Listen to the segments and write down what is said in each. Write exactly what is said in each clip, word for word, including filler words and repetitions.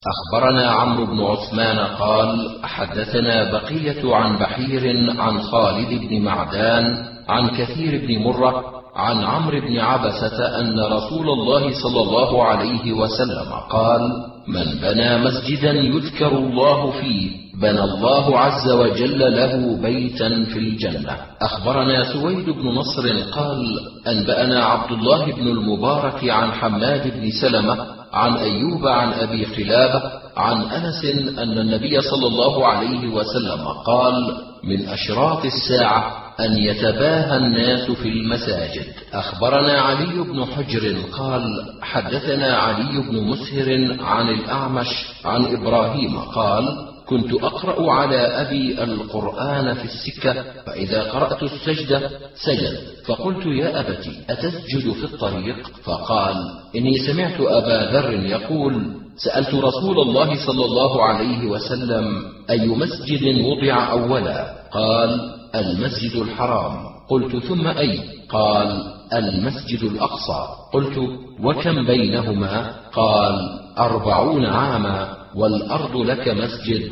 أخبرنا عمرو بن عثمان قال حدثنا بقية عن بحير عن خالد بن معدان عن كثير بن مرة عن عمرو بن عبسة أن رسول الله صلى الله عليه وسلم قال: من بنى مسجدا يذكر الله فيه بنى الله عز وجل له بيتا في الجنة. أخبرنا سويد بن نصر قال أنبأنا عبد الله بن المبارك عن حماد بن سلمة عن أيوب عن أبي قلابة عن أنس أن النبي صلى الله عليه وسلم قال: من أشراط الساعة أن يتباهى الناس في المساجد. أخبرنا علي بن حجر قال حدثنا علي بن مسهر عن الأعمش عن إبراهيم قال: كنت أقرأ على أبي القرآن في السكة، فإذا قرأت السجدة سجد، فقلت: يا أبت أتسجد في الطريق؟ فقال: إني سمعت أبا ذر يقول: سألت رسول الله صلى الله عليه وسلم: أي مسجد وضع أولا؟ قال: المسجد الحرام. قلت: ثم أي؟ قال: المسجد الأقصى. قلت: وكم بينهما؟ قال: أربعون عاما، والأرض لك مسجد،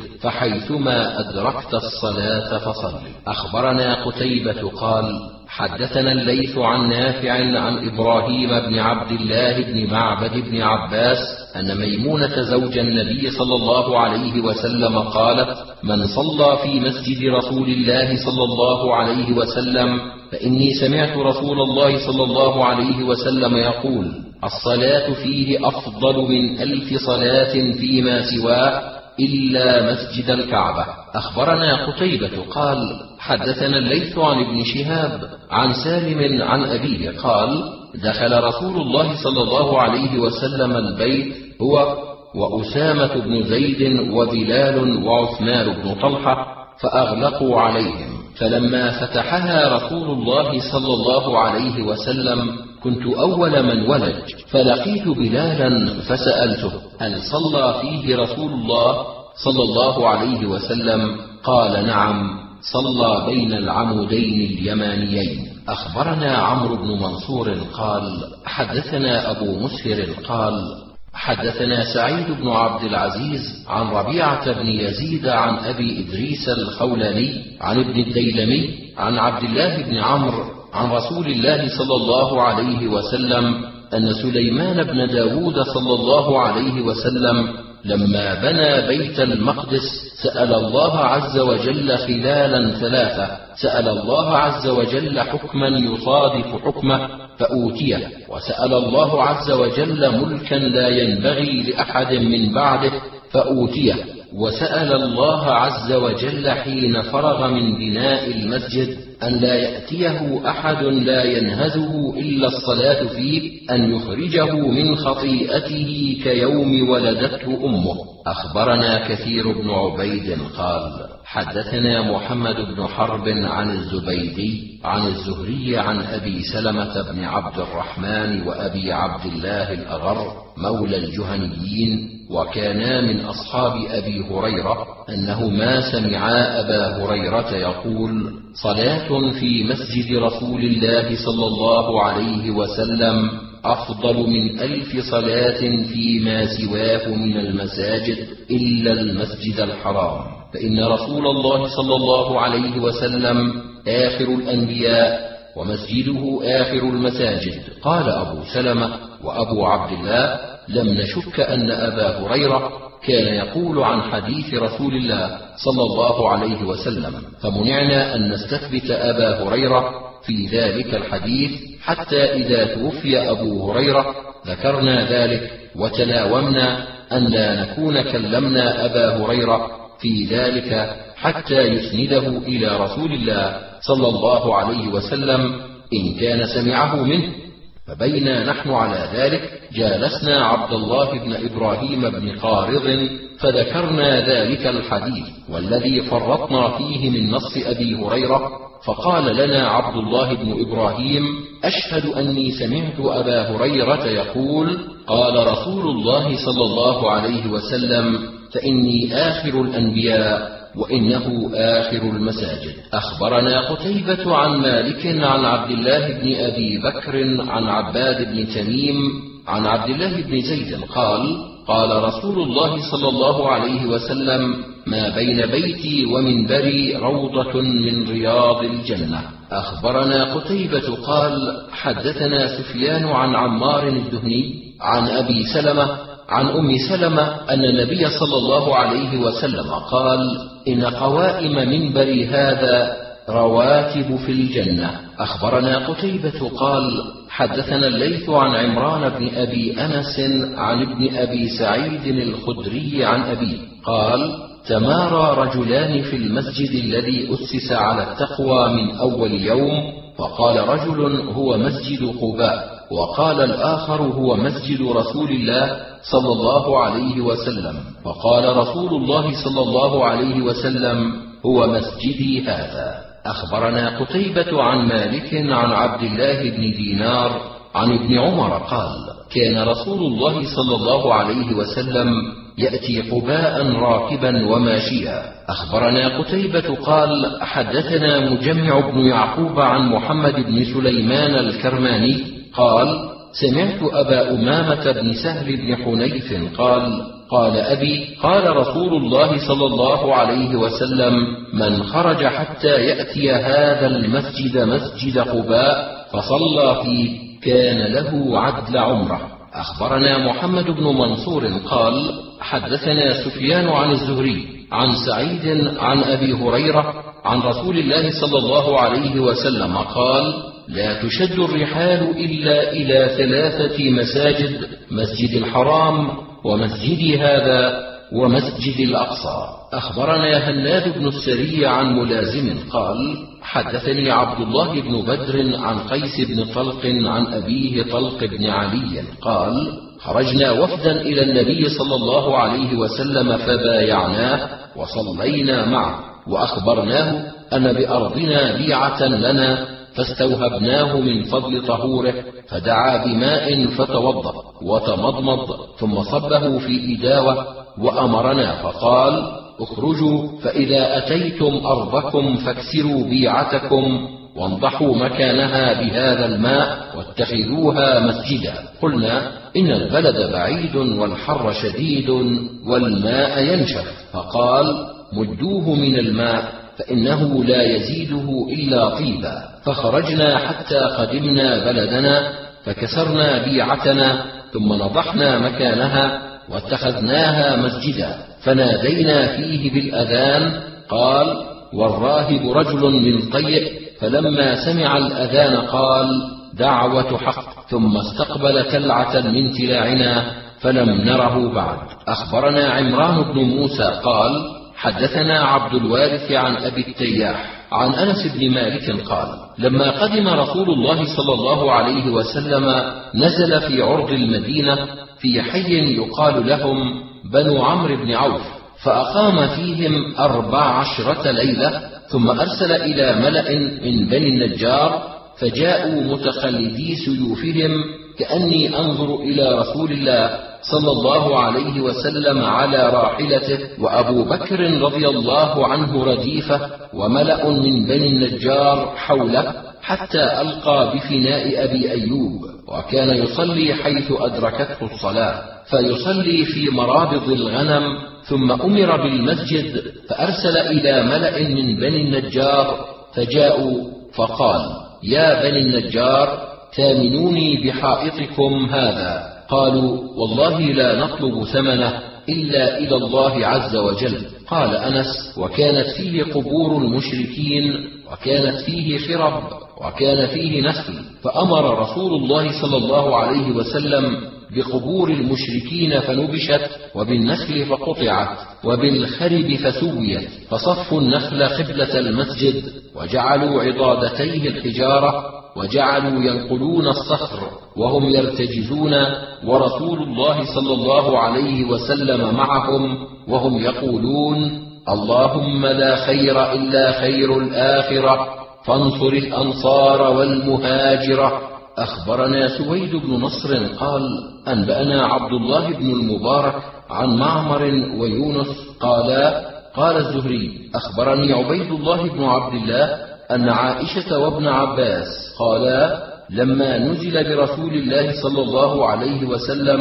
فحيثما أدركت الصلاة فصل. أخبرنا قتيبة قال حدثنا الليث عن نافع عن إبراهيم بن عبد الله بن معبد بن عباس أن ميمونة زوج النبي صلى الله عليه وسلم قالت: من صلى في مسجد رسول الله صلى الله عليه وسلم فإني سمعت رسول الله صلى الله عليه وسلم يقول: الصلاة فيه أفضل من ألف صلاة فيما سواه إلا مسجد الكعبة. أخبرنا قتيبة قال حدثنا الليث عن ابن شهاب عن سالم عن أبيه قال: دخل رسول الله صلى الله عليه وسلم البيت هو وأسامة بن زيد وبلال وعثمان بن طلحة فأغلقوا عليهم، فلما فتحها رسول الله صلى الله عليه وسلم كنت أول من ولج، فلقيت بلالا فسألته: هل صلى فيه رسول الله صلى الله عليه وسلم؟ قال: نعم، صلى بين العمودين اليمانيين. أخبرنا عمرو بن منصور قال حدثنا أبو مسهر قال حدثنا سعيد بن عبد العزيز عن ربيعة بن يزيد عن أبي إدريس الخولاني عن ابن الديلمي عن عبد الله بن عمرو عن رسول الله صلى الله عليه وسلم أن سليمان بن داود صلى الله عليه وسلم لما بنى بيت المقدس سأل الله عز وجل خلالا ثلاثة: سأل الله عز وجل حكما يصادف حكمه فأوتيه، وسأل الله عز وجل ملكا لا ينبغي لأحد من بعده فأوتيه، وسأل الله عز وجل حين فرغ من بناء المسجد أن لا يأتيه أحد لا ينهزه إلا الصلاة فيه أن يخرجه من خطيئته كيوم ولدته أمه. أخبرنا كثير بن عبيد قال حدثنا محمد بن حرب عن الزبيدي عن الزهري عن أبي سلمة بن عبد الرحمن وأبي عبد الله الأغر مولى الجهنيين، وكانا من أصحاب أبي هريرة، أنهما سمعا أبا هريرة يقول: صلاة في مسجد رسول الله صلى الله عليه وسلم أفضل من ألف صلاة فيما سواه من المساجد إلا المسجد الحرام، فإن رسول الله صلى الله عليه وسلم آخر الأنبياء ومسجده آخر المساجد. قال أبو سلمة وأبو عبد الله: لم نشك أن أبا هريرة كان يقول عن حديث رسول الله صلى الله عليه وسلم، فمنعنا أن نستثبت أبا هريرة في ذلك الحديث حتى إذا توفي أبو هريرة ذكرنا ذلك وتناومنا أن لا نكون كلمنا أبا هريرة في ذلك حتى يسنده إلى رسول الله صلى الله عليه وسلم إن كان سمعه منه. فبينا نحن على ذلك جالسنا عبد الله بن إبراهيم بن قارض فذكرنا ذلك الحديث والذي فرطنا فيه من نص أبي هريرة، فقال لنا عبد الله بن إبراهيم: أشهد أني سمعت أبا هريرة يقول: قال رسول الله صلى الله عليه وسلم: فإني آخر الأنبياء وإنه آخر المساجد. أخبرنا قتيبة عن مالك عن عبد الله بن أبي بكر عن عباد بن تميم عن عبد الله بن زيد قال: قال رسول الله صلى الله عليه وسلم: ما بين بيتي ومنبري روضة من رياض الجنة. أخبرنا قتيبة قال: حدثنا سفيان عن عمار الدهني عن أبي سلمة عن أم سلمة أن النبي صلى الله عليه وسلم قال: إن قوائم منبري هذا رواتب في الجنة. أخبرنا قتيبة قال: حدثنا الليث عن عمران بن أبي أنس عن ابن أبي سعيد الخدري عن أبيه قال: تمارى رجلان في المسجد الذي أسس على التقوى من أول يوم، فقال رجل: هو مسجد قباء، وقال الآخر: هو مسجد رسول الله صلى الله عليه وسلم، فقال رسول الله صلى الله عليه وسلم: هو مسجدي هذا. أخبرنا قتيبة عن مالك عن عبد الله بن دينار عن ابن عمر قال: كان رسول الله صلى الله عليه وسلم يأتي قباء راكبا وماشيا. أخبرنا قتيبة قال: حدثنا مجمع بن يعقوب عن محمد بن سليمان الكرماني قال: سمعت أبا أمامة بن سهل بن حنيف قال: قال أبي: قال رسول الله صلى الله عليه وسلم: من خرج حتى يأتي هذا المسجد مسجد قباء فصلى فيه كان له عدل عمره. أخبرنا محمد بن منصور قال: حدثنا سفيان عن الزهري عن سعيد عن أبي هريرة عن رسول الله صلى الله عليه وسلم قال: لا تشد الرحال إلا إلى ثلاثة مساجد: مسجد الحرام، ومسجدي هذا، ومسجد الأقصى. أخبرنا هناد بن السري عن ملازم قال: حدثني عبد الله بن بدر عن قيس بن طلق عن أبيه طلق بن علي قال: خرجنا وفدا إلى النبي صلى الله عليه وسلم فبايعناه وصلينا معه، وأخبرناه أن بأرضنا بيعة لنا، فاستوهبناه من فضل طهوره، فدعا بماء فتوضأ وتمضمض ثم صبه في إداوة وأمرنا فقال: اخرجوا، فإذا أتيتم أرضكم فاكسروا بيعتكم وانضحوا مكانها بهذا الماء واتخذوها مسجدا. قلنا: إن البلد بعيد والحر شديد والماء ينشف. فقال: مدوه من الماء فإنه لا يزيده إلا طيبا. فخرجنا حتى قدمنا بلدنا فكسرنا بيعتنا ثم نضحنا مكانها واتخذناها مسجدا، فنادينا فيه بالأذان. قال: والراهب رجل من طيء، فلما سمع الأذان قال: دعوة حق، ثم استقبل تلعة من تلاعنا فلم نره بعد. أخبرنا عمران بن موسى قال: حدثنا عبد الوارث عن أبي التياح عن أنس بن مالك قال: لما قدم رسول الله صلى الله عليه وسلم نزل في عرض المدينة في حي يقال لهم بنو عمرو بن عوف، فأقام فيهم أربع عشرة ليلة، ثم أرسل إلى ملأ من بني النجار، فجاءوا متخلدي سيوفهم كأني أنظر إلى رسول الله صلى الله عليه وسلم على راحلته، وأبو بكر رضي الله عنه رديفه، وملأ من بني النجار حوله، حتى ألقى بفناء أبي أيوب، وكان يصلي حيث أدركته الصلاة، فيصلي في مرابض الغنم، ثم أمر بالمسجد، فأرسل إلى ملأ من بني النجار فجاءوا فقال: يا بني النجار، ثامنوني بحائطكم هذا. قالوا: والله لا نطلب ثمنه إلا إلى الله عز وجل. قال أنس: وكانت فيه قبور المشركين، وكانت فيه خرب، وكان فيه نخل، فأمر رسول الله صلى الله عليه وسلم بقبور المشركين فنبشت، وبالنخل فقطعت، وبالخرب فسويت، فصفوا النخل قبلة المسجد، وجعلوا عضادتيه الحجارة، وجعلوا ينقلون الصخر وهم يرتجزون، ورسول الله صلى الله عليه وسلم معهم، وهم يقولون: اللهم لا خير إلا خير الآخرة، فانصر الأنصار والمهاجرة. أخبرنا سويد بن نصر قال: أنبأنا عبد الله بن المبارك عن معمر ويونس قالا: قال الزهري: أخبرني عبيد الله بن عبد الله أن عائشة وابن عباس قالا: لما نزل برسول الله صلى الله عليه وسلم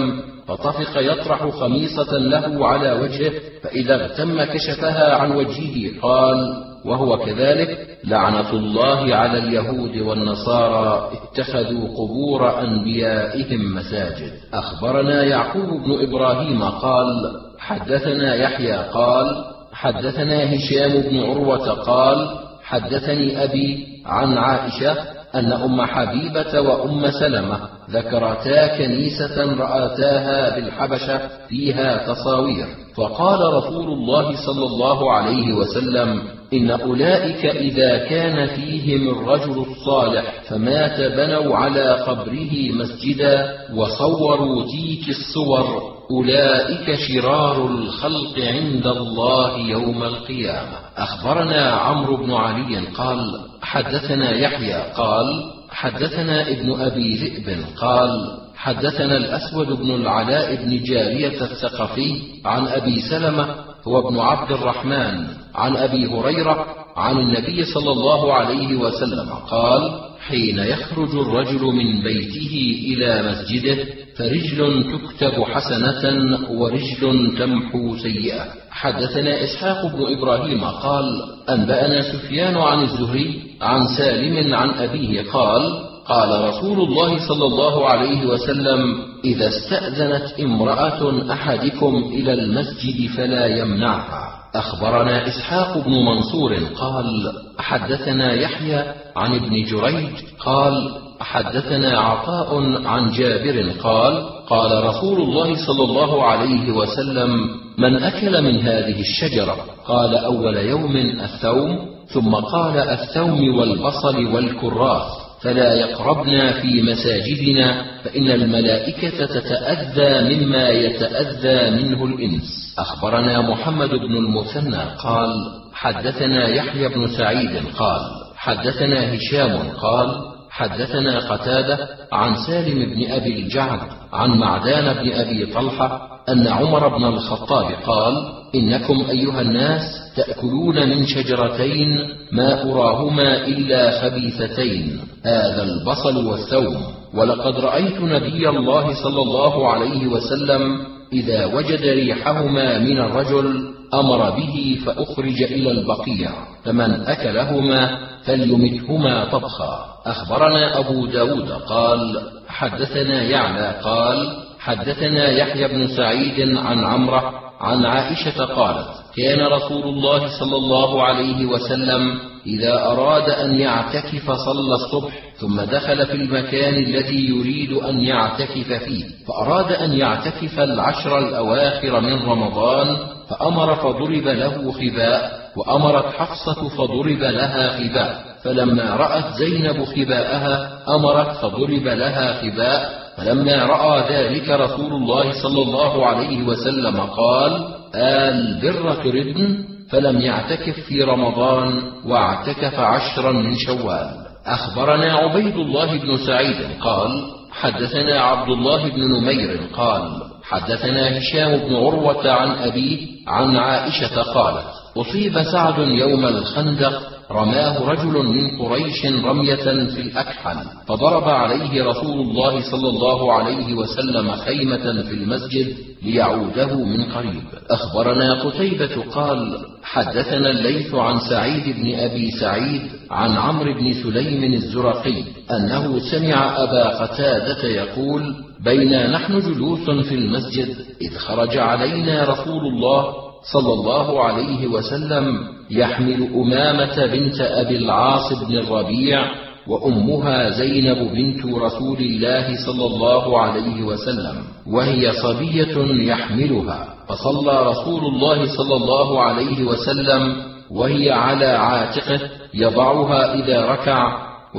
فطفق يطرح خميصة له على وجهه، فإذا اغتم كشفها عن وجهه. قال وهو كذلك: لعنة الله على اليهود والنصارى اتخذوا قبور أنبيائهم مساجد. أخبرنا يعقوب بن إبراهيم قال حدثنا يحيى قال حدثنا هشام بن عروة قال حدثني أبي عن عائشة أن أم حبيبة وأم سلمة ذكرتا كنيسة رأتاها بالحبشة فيها تصاوير، فقال رسول الله صلى الله عليه وسلم: إن أولئك إذا كان فيهم الرجل الصالح فمات بنوا على قبره مسجدا وصوروا تلك الصور، أولئك شرار الخلق عند الله يوم القيامة. أخبرنا عمرو بن علي قال حدثنا يحيى قال حدثنا ابن أبي ذئب قال حدثنا الأسود بن العلاء بن جارية الثقفي عن أبي سلمة هو ابن عبد الرحمن عن أبي هريرة عن النبي صلى الله عليه وسلم قال: حين يخرج الرجل من بيته إلى مسجده فرجل تكتب حسنة ورجل تمحو سيئة. حدثنا إسحاق بن إبراهيم قال أنبأنا سفيان عن الزهري عن سالم عن أبيه قال: قال رسول الله صلى الله عليه وسلم: إذا استأذنت امرأة أحدكم إلى المسجد فلا يمنعها. أخبرنا إسحاق بن منصور قال حدثنا يحيى عن ابن جريج قال حدثنا عطاء عن جابر قال: قال رسول الله صلى الله عليه وسلم: من أكل من هذه الشجرة؟ قال: أول يوم الثوم، ثم قال: الثوم والبصل والكراث، فلا يقربنا في مساجدنا فإن الملائكة تتأذى مما يتأذى منه الإنس. أخبرنا محمد بن المثنى قال حدثنا يحيى بن سعيد قال حدثنا هشام قال حدثنا قتادة عن سالم بن أبي الجعد عن معدان بن أبي طلحة أن عمر بن الخطاب قال: إنكم أيها الناس تأكلون من شجرتين ما أراهما إلا خبيثتين، هذا البصل والثوم، ولقد رأيت نبي الله صلى الله عليه وسلم إذا وجد ريحهما من الرجل أمر به فأخرج إلى البقيع، فمن أكلهما فليمتهما طبخا. أخبرنا أبو داود قال حدثنا يعلى قال حدثنا يحيى بن سعيد عن عمرة عن عائشة قالت: كان رسول الله صلى الله عليه وسلم إذا أراد أن يعتكف صلى الصبح ثم دخل في المكان الذي يريد أن يعتكف فيه، فأراد أن يعتكف العشر الأواخر من رمضان فأمر فضرب له خباء، وأمرت حفصة فضرب لها خباء، فلما رأت زينب خباءها أمرت فضرب لها خباء، فلما رأى ذلك رسول الله صلى الله عليه وسلم قال: البر تردن، فلم يعتكف في رمضان واعتكف عشرا من شوال. أخبرنا عبيد الله بن سعيد قال حدثنا عبد الله بن نمير قال حدثنا هشام بن عروة عن أبيه عن عائشة قالت: أصيب سعد يوم الخندق، رماه رجل من قريش رمية في الأكحل، فضرب عليه رسول الله صلى الله عليه وسلم خيمة في المسجد ليعوده من قريب. أخبرنا قتيبة قال حدثنا الليث عن سعيد بن أبي سعيد عن عمرو بن سليم الزرقي أنه سمع أبا قتادة يقول: بينا نحن جلوس في المسجد إذ خرج علينا رسول الله صلى الله عليه وسلم يحمل أمامة بنت أبي العاص بن الربيع، وأمها زينب بنت رسول الله صلى الله عليه وسلم، وهي صبية يحملها، فصلى رسول الله صلى الله عليه وسلم وهي على عاتقه يضعها إذا ركع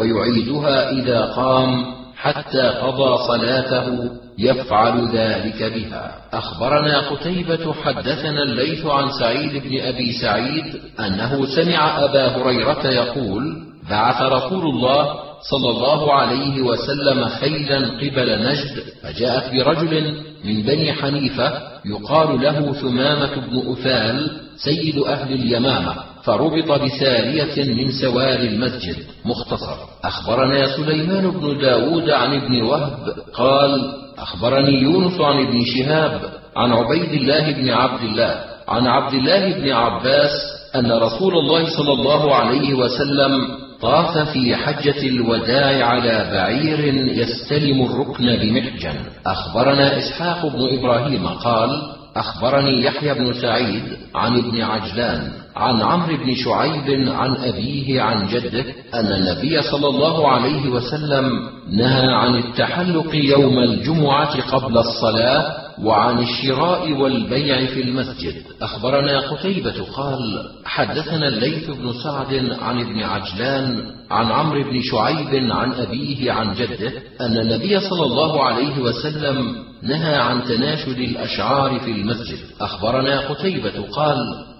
ويعيدها إذا قام حتى قضى صلاته، يفعل ذلك بها. أخبرنا قتيبة حدثنا الليث عن سعيد بن أبي سعيد أنه سمع أبا هريرة يقول: بعث رسول الله صلى الله عليه وسلم خيلا قبل نجد، فجاءت برجل من بني حنيفة يقال له ثمامة بن أثال سيد أهل اليمامة، فربط بسارية من سواري المسجد. مختصر. أخبرنا سليمان بن داود عن ابن وهب قال أخبرني يونس عن ابن شهاب عن عبيد الله بن عبد الله عن عبد الله بن عباس أن رسول الله صلى الله عليه وسلم طاف في حجة الوداع على بعير يستلم الركن بمحجن. أخبرنا إسحاق بن إبراهيم قال أخبرني يحيى بن سعيد عن ابن عجلان عن عمرو بن شعيب عن أبيه عن جده أن النبي صلى الله عليه وسلم نهى عن التحلق يوم الجمعة قبل الصلاة وعن الشراء والبيع في المسجد. أخبرنا قتيبة قال حدثنا الليث بن سعد عن ابن عجلان عن عمرو بن شعيب عن أبيه عن جده أن النبي صلى الله عليه وسلم نهى عن تناشد الأشعار في المسجد. أخبرنا قتيبة قال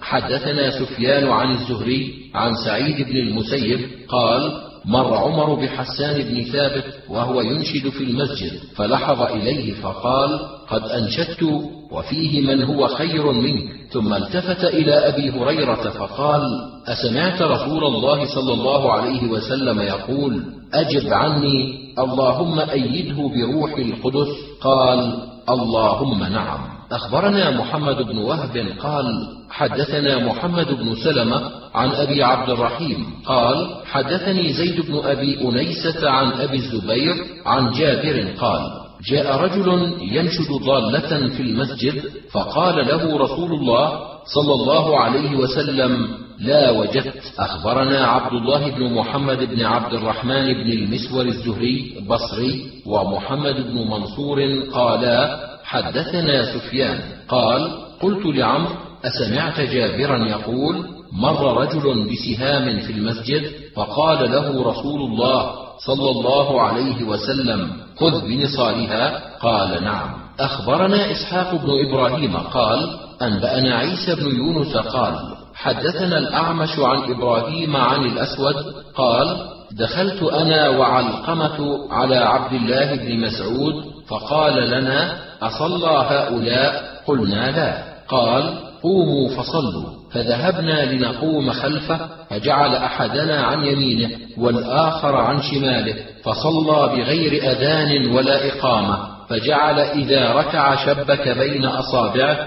حدثنا سفيان عن الزهري عن سعيد بن المسيب قال مر عمر بحسان بن ثابت وهو ينشد في المسجد، فلحظ إليه فقال قد أنشدت وفيه من هو خير منك، ثم التفت إلى أبي هريرة فقال أسمعت رسول الله صلى الله عليه وسلم يقول أجب عني اللهم أيده بروح القدس؟ قال اللهم نعم. أخبرنا محمد بن وهب قال حدثنا محمد بن سلمة عن أبي عبد الرحيم قال حدثني زيد بن أبي أنيسة عن أبي الزبير عن جابر قال جاء رجل ينشد ضالة في المسجد، فقال له رسول الله صلى الله عليه وسلم لا وجدت. أخبرنا عبد الله بن محمد بن عبد الرحمن بن المسور الزهري بصري ومحمد بن منصور قالا حدثنا سفيان قال قلت لعمرو أسمعت جابرا يقول مر رجل بسهام في المسجد فقال له رسول الله صلى الله عليه وسلم خذ بنصالها؟ قال نعم. أخبرنا إسحاق بن إبراهيم قال أنبأنا عيسى بن يونس قال حدثنا الأعمش عن إبراهيم عن الأسود قال دخلت أنا وعلقمة على عبد الله بن مسعود فقال لنا أصلى هؤلاء؟ قلنا لا. قال قوموا فصلوا، فذهبنا لنقوم خلفه، فجعل أحدنا عن يمينه والآخر عن شماله، فصلى بغير أذان ولا إقامة، فجعل إذا ركع شبك بين أصابعه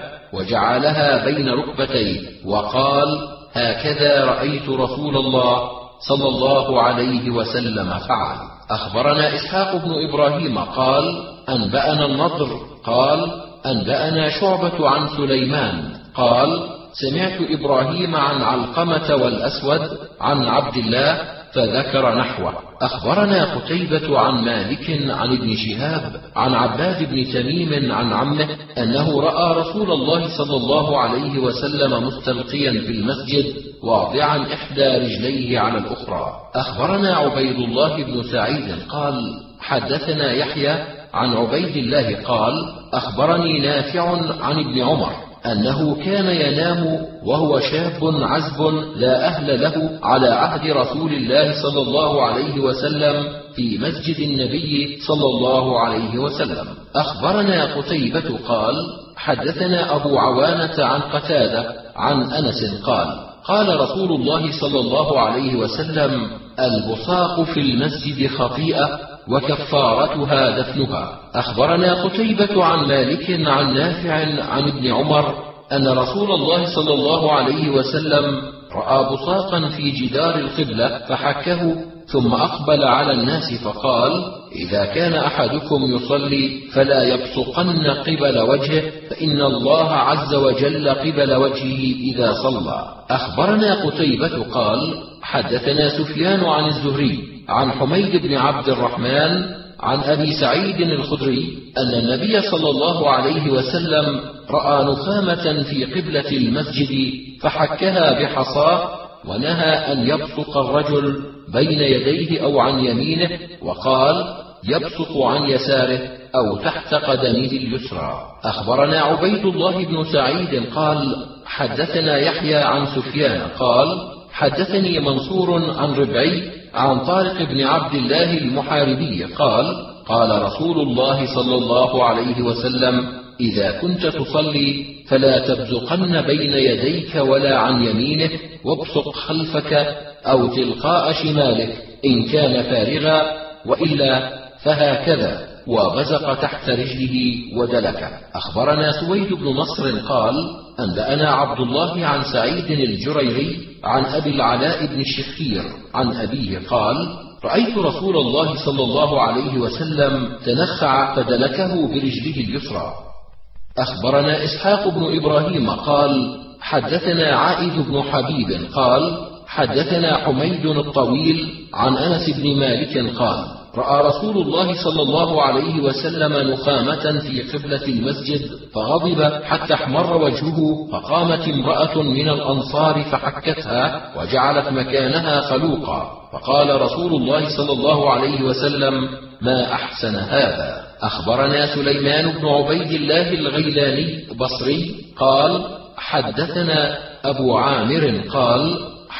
وجعلها بين ركبتيه وقال هكذا رأيت رسول الله صلى الله عليه وسلم فعل. أخبرنا إسحاق بن إبراهيم قال أنبأنا النضر قال أنبأنا شعبة عن سليمان قال سمعت إبراهيم عن علقمة والأسود عن عبد الله فذكر نحوه. أخبرنا قتيبة عن مالك عن ابن شهاب عن عباد بن تميم عن عمه أنه رأى رسول الله صلى الله عليه وسلم مستلقيا في المسجد واضعا إحدى رجليه على الأخرى. أخبرنا عبيد الله بن سعيد قال حدثنا يحيى عن عبيد الله قال أخبرني نافع عن ابن عمر أنه كان ينام وهو شاب عزب لا أهل له على عهد رسول الله صلى الله عليه وسلم في مسجد النبي صلى الله عليه وسلم. أخبرنا قتيبة قال حدثنا أبو عوانة عن قتادة عن أنس قال قال رسول الله صلى الله عليه وسلم البصاق في المسجد خطيئة وكفارتها دفنها. أخبرنا قتيبة عن مالك عن نافع عن ابن عمر أن رسول الله صلى الله عليه وسلم رأى بصاقا في جدار القبلة فحكه ثم أقبل على الناس فقال إذا كان أحدكم يصلي فلا يبصقن قبل وجهه فإن الله عز وجل قبل وجهه إذا صلى. أخبرنا قتيبة قال حدثنا سفيان عن الزهري عن حميد بن عبد الرحمن عن أبي سعيد الخدري أن النبي صلى الله عليه وسلم رأى نخامة في قبلة المسجد فحكها بحصاه ونهى أن يبصق الرجل بين يديه أو عن يمينه وقال يبصق عن يساره أو تحت قدمه اليسرى. أخبرنا عبيد الله بن سعيد قال حدثنا يحيى عن سفيان قال حدثني منصور عن ربعي عن طارق بن عبد الله المحاربي قال قال رسول الله صلى الله عليه وسلم إذا كنت تصلي فلا تبزقن بين يديك ولا عن يمينك وابصق خلفك أو تلقاء شمالك إن كان فارغا وإلا فهكذا، وبزق تحت رجله ودلك. أخبرنا سويد بن نصر قال أنبأنا عبد الله عن سعيد الجريري عن أبي العلاء بن الشخير عن أبيه قال رأيت رسول الله صلى الله عليه وسلم تنخع فدلكه برجله اليسرى. أخبرنا إسحاق بن إبراهيم قال حدثنا عائد بن حبيب قال حدثنا حميد الطويل عن أنس بن مالك قال رأى رسول الله صلى الله عليه وسلم نخامة في قبلة المسجد فغضب حتى احمر وجهه، فقامت امرأة من الأنصار فحكتها وجعلت مكانها خلوقا، فقال رسول الله صلى الله عليه وسلم ما أحسن هذا. أخبرنا سليمان بن عبيد الله الغيلاني بصري قال حدثنا أبو عامر قال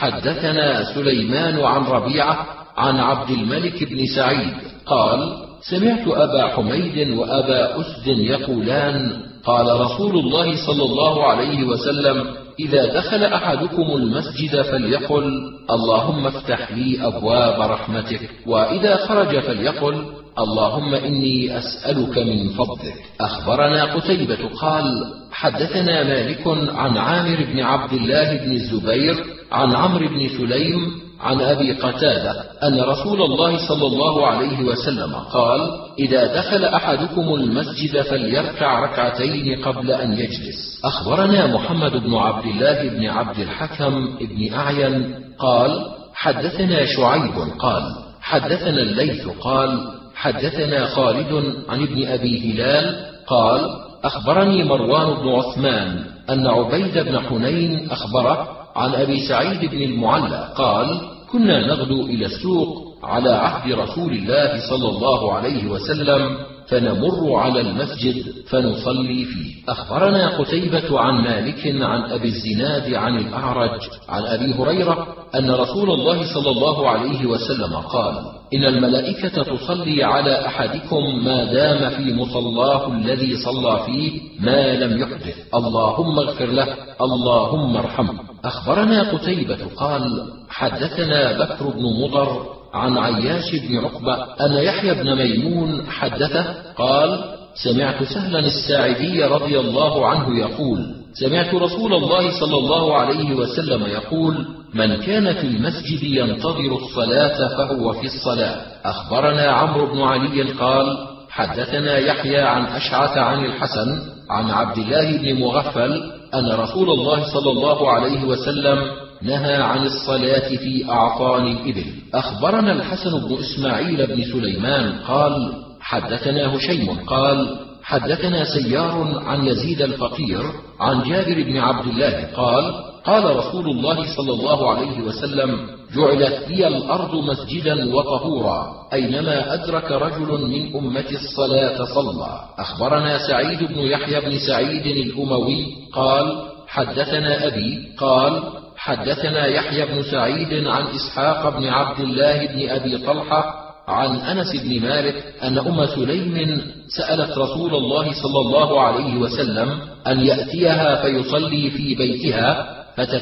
حدثنا سليمان عن ربيعة عن عبد الملك بن سعيد قال سمعت أبا حميد وأبا أسد يقولان قال رسول الله صلى الله عليه وسلم إذا دخل أحدكم المسجد فليقل اللهم افتح لي أبواب رحمتك، وإذا خرج فليقل اللهم إني أسألك من فضلك. أخبرنا قتيبة قال حدثنا مالك عن عامر بن عبد الله بن الزبير عن عمرو بن سليم عن أبي قتادة أن رسول الله صلى الله عليه وسلم قال إذا دخل أحدكم المسجد فليركع ركعتين قبل أن يجلس. أخبرنا محمد بن عبد الله بن عبد الحكم بن أعين قال حدثنا شعيب قال حدثنا الليث قال حدثنا خالد عن ابن أبي هلال قال أخبرني مروان بن عثمان أن عبيد بن حنين أخبره عن أبي سعيد بن المعلى قال كنا نغدو إلى السوق على عهد رسول الله صلى الله عليه وسلم فنمر على المسجد فنصلي فيه. أخبرنا قتيبة عن مالك عن أبي الزناد عن الأعرج عن أبي هريرة أن رسول الله صلى الله عليه وسلم قال إن الملائكة تصلي على أحدكم ما دام في مصلاه الذي صلى فيه ما لم يحدث، اللهم اغفر له اللهم ارحمه. أخبرنا قتيبة قال حدثنا بكر بن مضر عن عياش بن عقبة أن يحيى بن ميمون حدثه قال سمعت سهلا الساعدي رضي الله عنه يقول سمعت رسول الله صلى الله عليه وسلم يقول من كان في المسجد ينتظر الصلاة فهو في الصلاة. أخبرنا عمرو بن علي قال حدثنا يحيى عن أشعث عن الحسن عن عبد الله بن مغفل أن رسول الله صلى الله عليه وسلم نهى عن الصلاة في أعطان الإبل. أخبرنا الحسن بن إسماعيل بن سليمان قال حدثنا هشيم قال حدثنا سيار عن يزيد الفقير عن جابر بن عبد الله قال قال رسول الله صلى الله عليه وسلم جعلت لي الأرض مسجدا وطهورا أينما أدرك رجل من أمتي الصلاة صلى. أخبرنا سعيد بن يحيى بن سعيد الأموي قال حدثنا أبي قال حدثنا يحيى بن سعيد عن إسحاق بن عبد الله بن أبي طلحة عن أنس بن مالك أن أم سليم سألت رسول الله صلى الله عليه وسلم أن يأتيها فيصلي في بيتها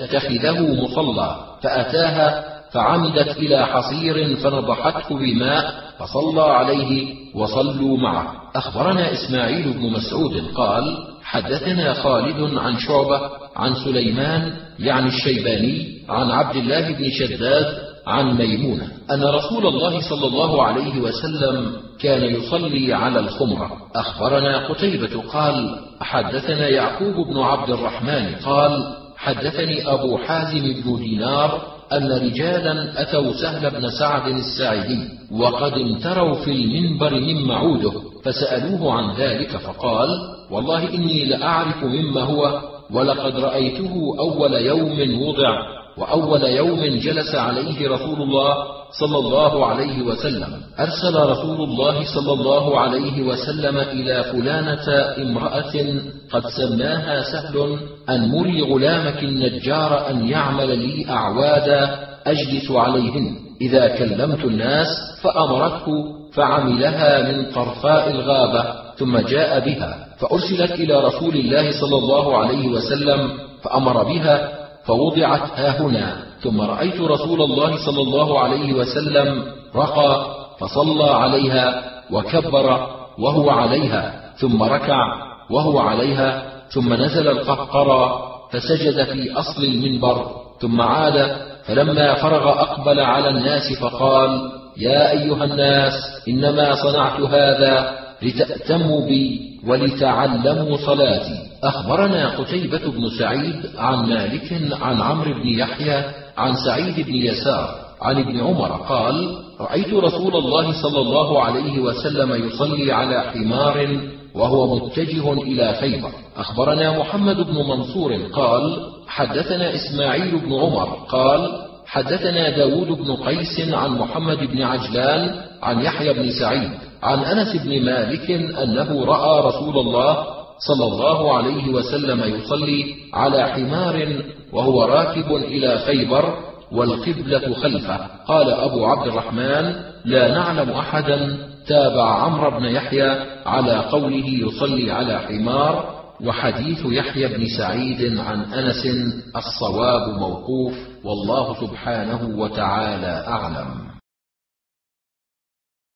فتتخذه مصلى، فأتاها فعمدت إلى حصير فنضحته بماء فصلى عليه وصلوا معه. أخبرنا إسماعيل بن مسعود قال حدثنا خالد عن شعبة عن سليمان يعني الشيباني عن عبد الله بن شداد عن ميمونة أن رسول الله صلى الله عليه وسلم كان يصلي على الخمرة. أخبرنا قتيبة قال حدثنا يعقوب بن عبد الرحمن قال حدثني أبو حازم بن دينار أن رجالا أتوا سهل بن سعد الساعدي وقد امتروا في المنبر من معوده فسألوه عن ذلك فقال والله إني لأعرف مما هو ولقد رأيته أول يوم وضع وأول يوم جلس عليه رسول الله صلى الله عليه وسلم. أرسل رسول الله صلى الله عليه وسلم إلى فلانة امرأة قد سماها سهل أن مري غلامك النجار أن يعمل لي أعوادا أجلس عليهن، إذا كلمت الناس، فأمرته فعملها من طرفاء الغابة، ثم جاء بها فأرسلت إلى رسول الله صلى الله عليه وسلم فأمر بها فوضعت هاهنا، ثم رأيت رسول الله صلى الله عليه وسلم رقى فصلى عليها وكبر وهو عليها، ثم ركع وهو عليها، ثم نزل القهقرى فسجد في أصل المنبر، ثم عاد، فلما فرغ أقبل على الناس فقال: يا أيها الناس، إنما صنعت هذا لتأتموا بي ولتعلموا صلاتي. أخبرنا قتيبة بن سعيد عن مالك عن عمرو بن يحيى عن سعيد بن يسار عن ابن عمر قال: رأيت رسول الله صلى الله عليه وسلم يصلي على حمار وهو متجه إلى خيبر. أخبرنا محمد بن منصور قال: حدثنا إسماعيل بن عمر قال: حدثنا داود بن قيس عن محمد بن عجلان عن يحيى بن سعيد عن أنس بن مالك أنه رأى رسول الله صلى الله عليه وسلم يصلي على حمار وهو راكب إلى خيبر والقبلة خلفه. قال أبو عبد الرحمن: لا نعلم أحدا تابع عمرو بن يحيى على قوله يصلي على حمار. وحديث يحيى بن سعيد عن أنس الصواب موقوف، والله سبحانه وتعالى أعلم.